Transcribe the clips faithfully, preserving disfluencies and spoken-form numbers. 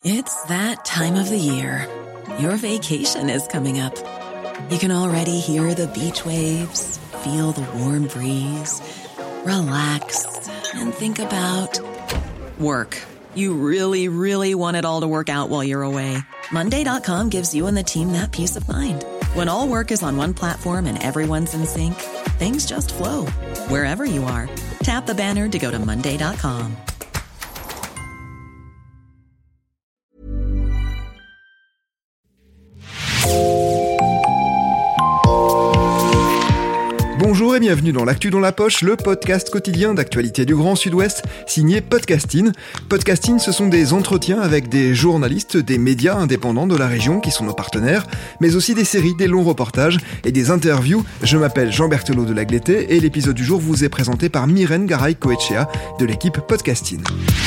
It's that time of the year. Your vacation is coming up. You can already hear the beach waves, feel the warm breeze, relax, and think about work. You really, really want it all to work out while you're away. Monday dot com gives you and the team that peace of mind. When all work is on one platform and everyone's in sync, things just flow. Wherever you are, tap the banner to go to Monday dot com. Bonjour et bienvenue dans l'Actu dans la poche, le podcast quotidien d'actualité du Grand Sud-Ouest, signé Podcasting. Podcasting, ce sont des entretiens avec des journalistes, des médias indépendants de la région qui sont nos partenaires, mais aussi des séries, des longs reportages et des interviews. Je m'appelle Jean Berthelot de Lagleté et l'épisode du jour vous est présenté par Myrène Garay-Coetchea de l'équipe Podcasting.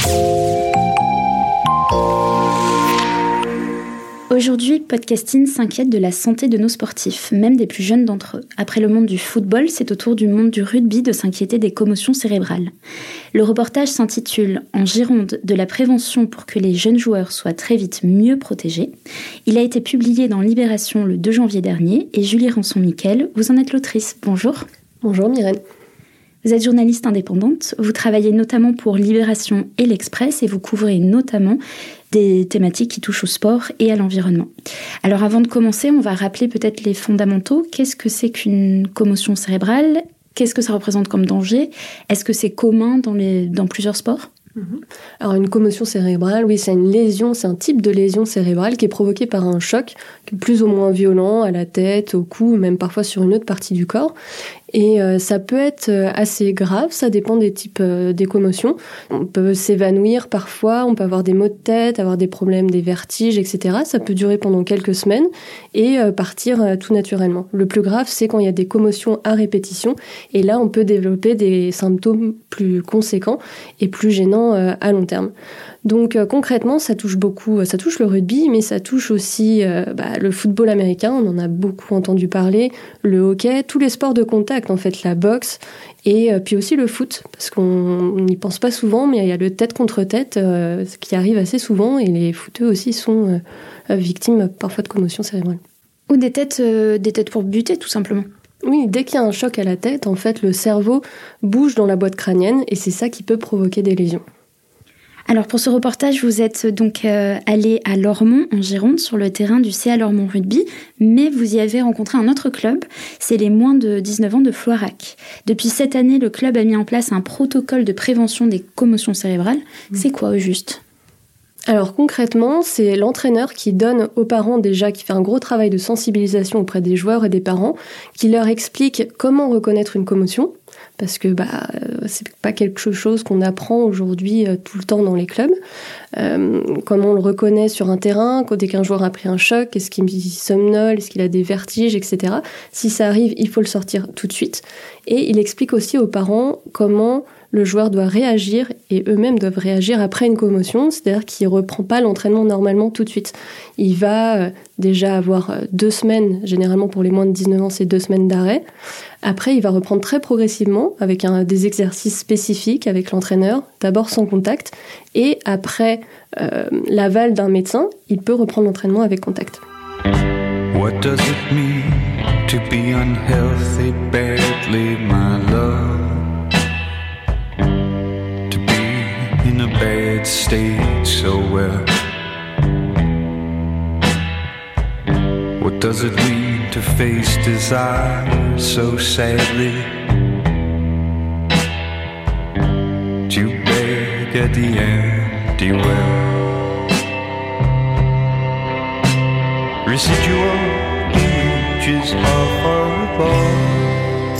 Aujourd'hui, Podcasting s'inquiète de la santé de nos sportifs, même des plus jeunes d'entre eux. Après le monde du football, c'est au tour du monde du rugby de s'inquiéter des commotions cérébrales. Le reportage s'intitule « En Gironde, de la prévention pour que les jeunes joueurs soient très vite mieux protégés ». Il a été publié dans Libération le deux janvier dernier et Julie Rançon-Miquel, vous en êtes l'autrice. Bonjour. Bonjour Myrène. Vous êtes journaliste indépendante, vous travaillez notamment pour Libération et l'Express et vous couvrez notamment des thématiques qui touchent au sport et à l'environnement. Alors avant de commencer, on va rappeler peut-être les fondamentaux. Qu'est-ce que c'est qu'une commotion cérébrale ? Qu'est-ce que ça représente comme danger ? Est-ce que c'est commun dans, les, dans plusieurs sports ? Alors une commotion cérébrale, oui, c'est une lésion, c'est un type de lésion cérébrale qui est provoquée par un choc plus ou moins violent à la tête, au cou, même parfois sur une autre partie du corps. Et euh, ça peut être assez grave, ça dépend des types euh, des commotions. On peut s'évanouir parfois, on peut avoir des maux de tête, avoir des problèmes, des vertiges, et cetera. Ça peut durer pendant quelques semaines et euh, partir euh, tout naturellement. Le plus grave, c'est quand il y a des commotions à répétition. Et là, on peut développer des symptômes plus conséquents et plus gênants euh, à long terme. Donc euh, concrètement, ça touche beaucoup, ça touche le rugby, mais ça touche aussi euh, bah, le football américain, on en a beaucoup entendu parler, le hockey, tous les sports de contact, en fait, la boxe, et euh, puis aussi le foot, parce qu'on n'y pense pas souvent, mais il y a le tête contre tête euh, qui arrive assez souvent, et les footeux aussi sont euh, victimes parfois de commotions cérébrales. Ou des têtes, euh, des têtes pour buter, tout simplement. Oui, dès qu'il y a un choc à la tête, en fait, le cerveau bouge dans la boîte crânienne, et c'est ça qui peut provoquer des lésions. Alors pour ce reportage, vous êtes donc euh, allé à Lormont, en Gironde, sur le terrain du C A Lormont Rugby, mais vous y avez rencontré un autre club, c'est les moins de dix-neuf ans de Floirac. Depuis cette année, le club a mis en place un protocole de prévention des commotions cérébrales. Mmh. C'est quoi au juste ? Alors concrètement, c'est l'entraîneur qui donne aux parents déjà, qui fait un gros travail de sensibilisation auprès des joueurs et des parents, qui leur explique comment reconnaître une commotion, parce que bah euh, c'est pas quelque chose qu'on apprend aujourd'hui euh, tout le temps dans les clubs. Euh, comment on le reconnaît sur un terrain, dès qu'un joueur a pris un choc, est-ce qu'il somnole, est-ce qu'il a des vertiges, et cetera. Si ça arrive, il faut le sortir tout de suite. Et il explique aussi aux parents comment le joueur doit réagir et eux-mêmes doivent réagir après une commotion, c'est-à-dire qu'il ne reprend pas l'entraînement normalement tout de suite. Il va euh, déjà avoir euh, deux semaines, généralement pour les moins de dix-neuf ans, c'est deux semaines d'arrêt. Après, il va reprendre très progressivement avec un, des exercices spécifiques avec l'entraîneur, d'abord sans contact, et après euh, l'aval d'un médecin, il peut reprendre l'entraînement avec contact. What does it mean to be unhealthy badly, my love? To be in a bad state so well. What does it mean to face desire so sadly? To beg at the empty well. Residual images of our love.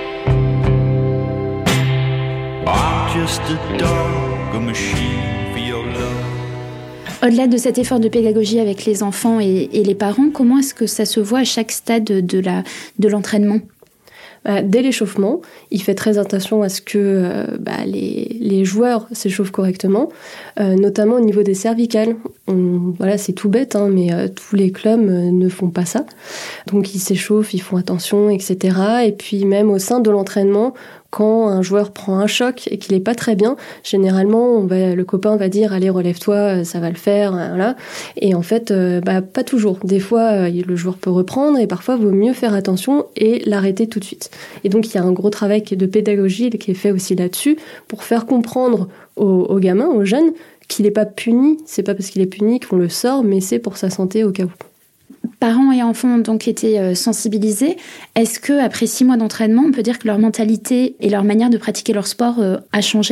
I'm just a dog, a machine for your love. Au-delà de cet effort de pédagogie avec les enfants et, et les parents, comment est-ce que ça se voit à chaque stade de, la, de l'entraînement ? Bah, dès l'échauffement, il fait très attention à ce que euh, bah, les, les joueurs s'échauffent correctement, euh, notamment au niveau des cervicales. On, voilà, c'est tout bête, hein, mais euh, tous les clubs euh, ne font pas ça. Donc ils s'échauffent, ils font attention, et cetera. Et puis même au sein de l'entraînement, quand un joueur prend un choc et qu'il est pas très bien, généralement, on va, le copain va dire « Allez, relève-toi, ça va le faire. » Voilà. Et en fait, euh, bah, pas toujours. Des fois, euh, le joueur peut reprendre et parfois, il vaut mieux faire attention et l'arrêter tout de suite. Et donc, il y a un gros travail qui est de pédagogie qui est fait aussi là-dessus pour faire comprendre aux, aux gamins, aux jeunes, qu'il n'est pas puni. C'est pas parce qu'il est puni qu'on le sort, mais c'est pour sa santé au cas où. Parents et enfants ont donc été sensibilisés. Est-ce qu'après six mois d'entraînement, on peut dire que leur mentalité et leur manière de pratiquer leur sport a changé ?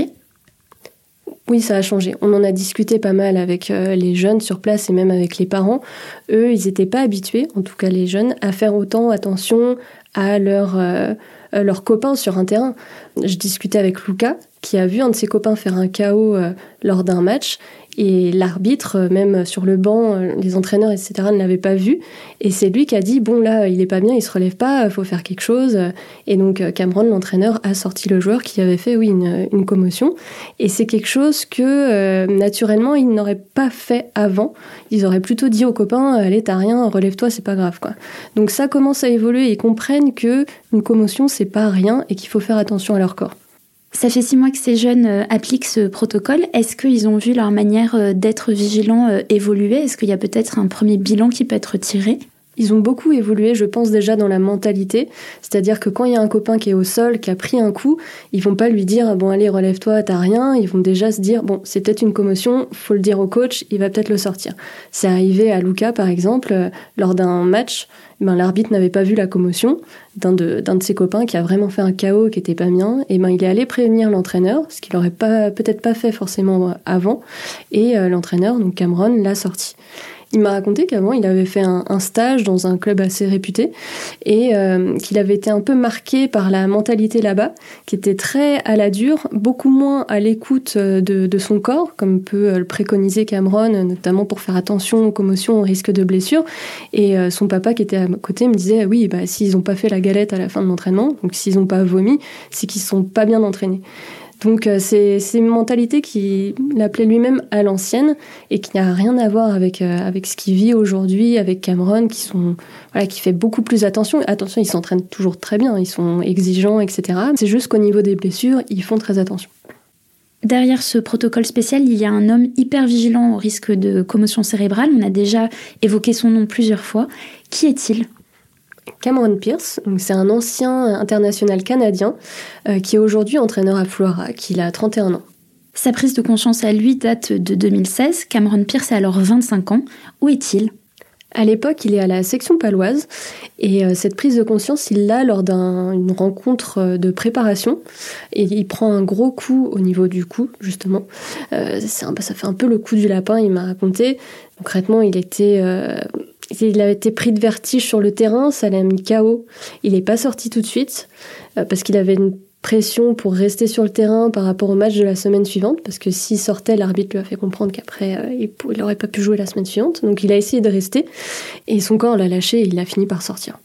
Oui, ça a changé. On en a discuté pas mal avec les jeunes sur place et même avec les parents. Eux, ils n'étaient pas habitués, en tout cas les jeunes, à faire autant attention à leur, euh, leurs copains sur un terrain. Je discutais avec Lucas, qui a vu un de ses copains faire un K O euh, lors d'un match. Et l'arbitre, même sur le banc, les entraîneurs, et cetera, ne l'avaient pas vu. Et c'est lui qui a dit, bon là, il est pas bien, il se relève pas, il faut faire quelque chose. Et donc Cameron, l'entraîneur, a sorti le joueur qui avait fait, oui, une, une commotion. Et c'est quelque chose que, euh, naturellement, ils n'auraient pas fait avant. Ils auraient plutôt dit aux copains, allez, t'as rien, relève-toi, c'est pas grave, quoi. Donc ça commence à évoluer. Ils comprennent que une commotion, c'est pas rien et qu'il faut faire attention à leur corps. Ça fait six mois que ces jeunes euh, appliquent ce protocole. Est-ce qu'ils ont vu leur manière euh, d'être vigilants euh, évoluer ? Est-ce qu'il y a peut-être un premier bilan qui peut être tiré ? Ils ont beaucoup évolué, je pense, déjà dans la mentalité. C'est-à-dire que quand il y a un copain qui est au sol, qui a pris un coup, ils vont pas lui dire « bon, allez, relève-toi, t'as rien ». Ils vont déjà se dire « bon, c'est peut-être une commotion, faut le dire au coach, il va peut-être le sortir ». C'est arrivé à Lucas, par exemple, euh, lors d'un match. Ben, l'arbitre n'avait pas vu la commotion d'un de, d'un de ses copains qui a vraiment fait un K O qui était pas bien. Et ben, il est allé prévenir l'entraîneur, ce qu'il aurait pas, peut-être pas fait forcément avant. Et euh, l'entraîneur, donc Cameron, l'a sorti. Il m'a raconté qu'avant, il avait fait un, un stage dans un club assez réputé et euh, qu'il avait été un peu marqué par la mentalité là-bas, qui était très à la dure, beaucoup moins à l'écoute de, de son corps, comme peut le préconiser Cameron, notamment pour faire attention aux commotions, aux risques de blessures. Et euh, son papa, qui était à côté, me disait « oui, bah, s'ils n'ont pas fait la galette à la fin de l'entraînement, donc s'ils n'ont pas vomi, c'est qu'ils ne sont pas bien entraînés ». Donc euh, c'est, c'est une mentalité qu'il appelait lui-même à l'ancienne et qui n'a rien à voir avec, euh, avec ce qu'il vit aujourd'hui, avec Cameron, qui, sont, voilà, qui fait beaucoup plus attention. Attention, ils s'entraînent toujours très bien, ils sont exigeants, et cetera. C'est juste qu'au niveau des blessures, ils font très attention. Derrière ce protocole spécial, il y a un homme hyper vigilant au risque de commotion cérébrale. On a déjà évoqué son nom plusieurs fois. Qui est-il ? Cameron Pierce, donc c'est un ancien international canadien euh, qui est aujourd'hui entraîneur à Floirac. Il a trente et un ans. Sa prise de conscience à lui date de deux mille seize. Cameron Pierce a alors vingt-cinq ans. Où est-il ? À l'époque, il est à la section paloise et euh, cette prise de conscience, il l'a lors d'une rencontre de préparation et il prend un gros coup au niveau du cou, justement. Euh, c'est un, ça fait un peu le coup du lapin, il m'a raconté. Concrètement, il était... Euh, Il avait été pris de vertige sur le terrain, ça l'a mis K O. Il n'est pas sorti tout de suite euh, parce qu'il avait une pression pour rester sur le terrain par rapport au match de la semaine suivante, parce que s'il sortait, l'arbitre lui a fait comprendre qu'après, euh, il n'aurait pas pu jouer la semaine suivante. Donc il a essayé de rester et son corps l'a lâché et il a fini par sortir.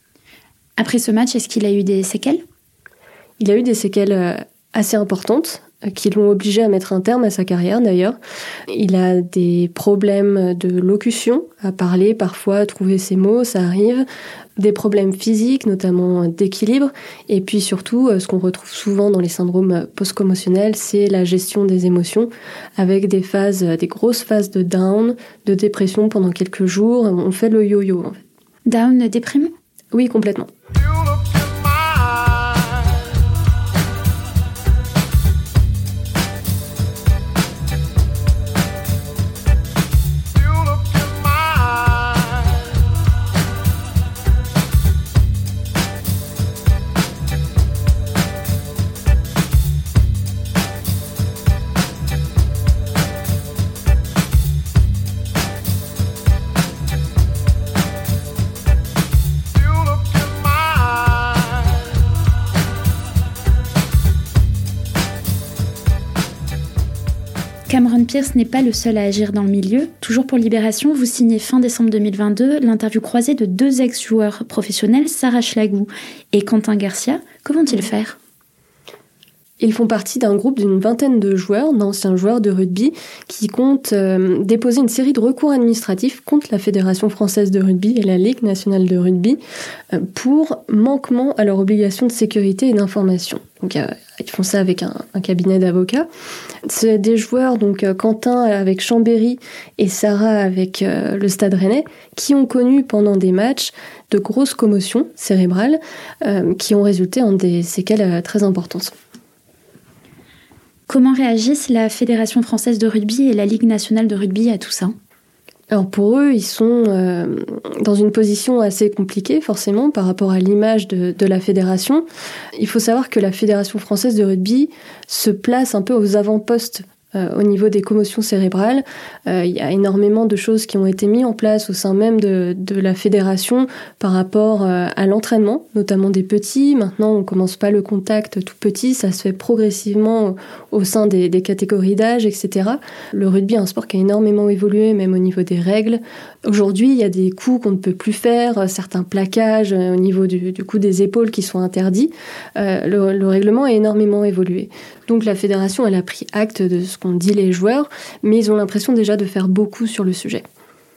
Après ce match, est-ce qu'il a eu des séquelles ? Il a eu des séquelles euh, assez importantes, qui l'ont obligé à mettre un terme à sa carrière d'ailleurs. Il a des problèmes de locution, à parler parfois, à trouver ses mots, ça arrive. Des problèmes physiques, notamment d'équilibre. Et puis surtout, ce qu'on retrouve souvent dans les syndromes post-commotionnels, c'est la gestion des émotions, avec des phases, des grosses phases de down, de dépression pendant quelques jours. On fait le yo-yo en fait. Down, déprime ? Oui, complètement. Cameron Pierce n'est pas le seul à agir dans le milieu. Toujours pour Libération, vous signez fin décembre deux mille vingt-deux l'interview croisée de deux ex-joueurs professionnels, Sarah Schlagou et Quentin Garcia. Que vont-ils faire ? Ils font partie d'un groupe d'une vingtaine de joueurs, d'anciens joueurs de rugby, qui comptent euh, déposer une série de recours administratifs contre la Fédération française de rugby et la Ligue nationale de rugby euh, pour manquement à leur obligation de sécurité et d'information. Donc, euh, ils font ça avec un, un cabinet d'avocats. C'est des joueurs, donc euh, Quentin avec Chambéry et Sarah avec euh, le Stade Rennais, qui ont connu pendant des matchs de grosses commotions cérébrales euh, qui ont résulté en des séquelles euh, très importantes. Comment réagissent la Fédération française de rugby et la Ligue nationale de rugby à tout ça ? Alors pour eux, ils sont euh, dans une position assez compliquée forcément par rapport à l'image de, de la fédération. Il faut savoir que la Fédération française de rugby se place un peu aux avant-postes euh, au niveau des commotions cérébrales. Euh, il y a énormément de choses qui ont été mises en place au sein même de, de la fédération par rapport euh, à l'entraînement, notamment des petits. Maintenant, on commence pas le contact tout petit, ça se fait progressivement au, au sein des, des catégories d'âge, et cetera. Le rugby est un sport qui a énormément évolué, même au niveau des règles. Aujourd'hui, il y a des coups qu'on ne peut plus faire, certains plaquages euh, au niveau du, du coup des épaules qui sont interdits. Euh, le, le règlement a énormément évolué. Donc la fédération, elle a pris acte de ce qu'ont dit les joueurs, mais ils ont l'impression déjà de faire beaucoup sur le sujet.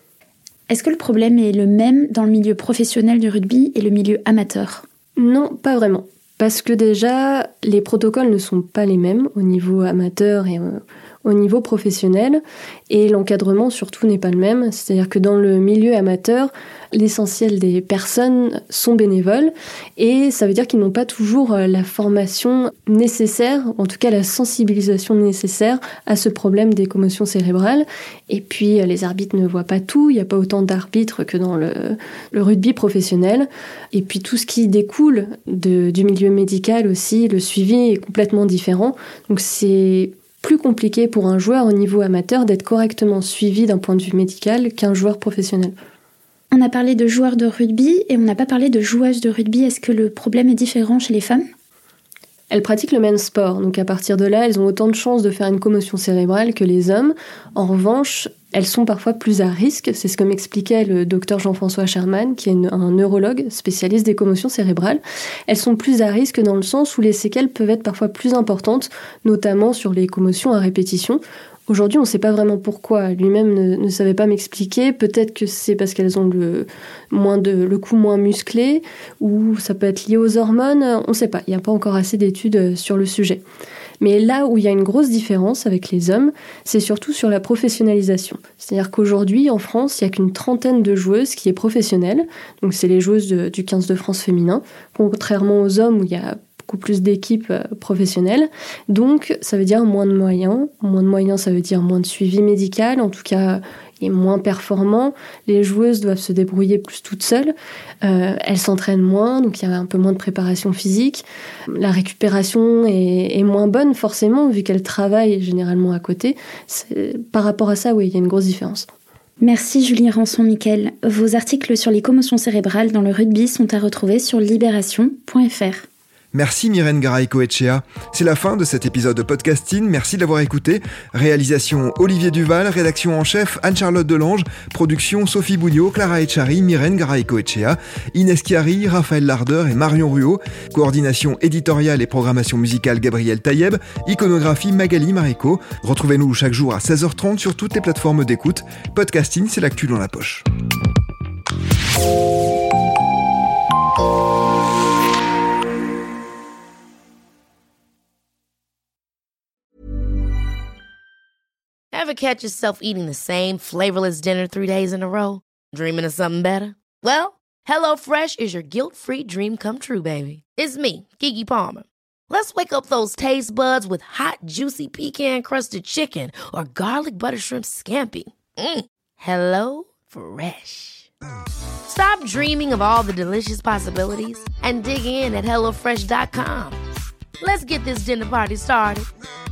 Est-ce que le problème est le même dans le milieu professionnel du rugby et le milieu amateur ? Non, pas vraiment. Parce que déjà, les protocoles ne sont pas les mêmes au niveau amateur et au niveau professionnel, et l'encadrement surtout n'est pas le même. C'est-à-dire que dans le milieu amateur, l'essentiel des personnes sont bénévoles, et ça veut dire qu'ils n'ont pas toujours la formation nécessaire, en tout cas la sensibilisation nécessaire à ce problème des commotions cérébrales. Et puis les arbitres ne voient pas tout, il n'y a pas autant d'arbitres que dans le, le rugby professionnel. Et puis tout ce qui découle de, du milieu médical aussi, le suivi est complètement différent. Donc c'est plus compliqué pour un joueur au niveau amateur d'être correctement suivi d'un point de vue médical qu'un joueur professionnel. On a parlé de joueurs de rugby et on n'a pas parlé de joueuses de rugby. Est-ce que le problème est différent chez les femmes ? Elles pratiquent le même sport, donc à partir de là, elles ont autant de chances de faire une commotion cérébrale que les hommes. En revanche, elles sont parfois plus à risque, c'est ce que m'expliquait le docteur Jean-François Sherman, qui est un neurologue spécialiste des commotions cérébrales. Elles sont plus à risque dans le sens où les séquelles peuvent être parfois plus importantes, notamment sur les commotions à répétition. Aujourd'hui, on ne sait pas vraiment pourquoi. Lui-même ne, ne savait pas m'expliquer. Peut-être que c'est parce qu'elles ont le, moins de, le cou moins musclé, ou ça peut être lié aux hormones. On ne sait pas. Il n'y a pas encore assez d'études sur le sujet. Mais là où il y a une grosse différence avec les hommes, c'est surtout sur la professionnalisation. C'est-à-dire qu'aujourd'hui, en France, il n'y a qu'une trentaine de joueuses qui est professionnelle. Donc c'est les joueuses de, du quinze de France féminin, contrairement aux hommes où il y a beaucoup plus d'équipes professionnelles. Donc, ça veut dire moins de moyens. Moins de moyens, ça veut dire moins de suivi médical. En tout cas, il est moins performant. Les joueuses doivent se débrouiller plus toutes seules. Euh, elles s'entraînent moins, donc il y a un peu moins de préparation physique. La récupération est, est moins bonne, forcément, vu qu'elles travaillent généralement à côté. C'est, par rapport à ça, oui, il y a une grosse différence. Merci Julie Rançon-Miquel. Vos articles sur les commotions cérébrales dans le rugby sont à retrouver sur libération point f r. Merci Myrène Garay-Coetchea. C'est la fin de cet épisode de Podcasting. Merci de l'avoir écouté. Réalisation Olivier Duval, rédaction en chef Anne-Charlotte Delange, production Sophie Bougnot, Clara Etchari, Myrène Garay-Coetchea, Inès Chiari, Raphaël Larder et Marion Ruot, coordination éditoriale et programmation musicale Gabriel Taïeb, iconographie Magali Marico. Retrouvez-nous chaque jour à seize heures trente sur toutes les plateformes d'écoute. Podcasting, c'est l'actu dans la poche. Ever catch yourself eating the same flavorless dinner three days in a row? Dreaming of something better? Well, HelloFresh is your guilt-free dream come true, baby. It's me, Keke Palmer. Let's wake up those taste buds with hot, juicy pecan-crusted chicken or garlic butter shrimp scampi. Mm. Hello Fresh. Stop dreaming of all the delicious possibilities and dig in at hello fresh dot com. Let's get this dinner party started.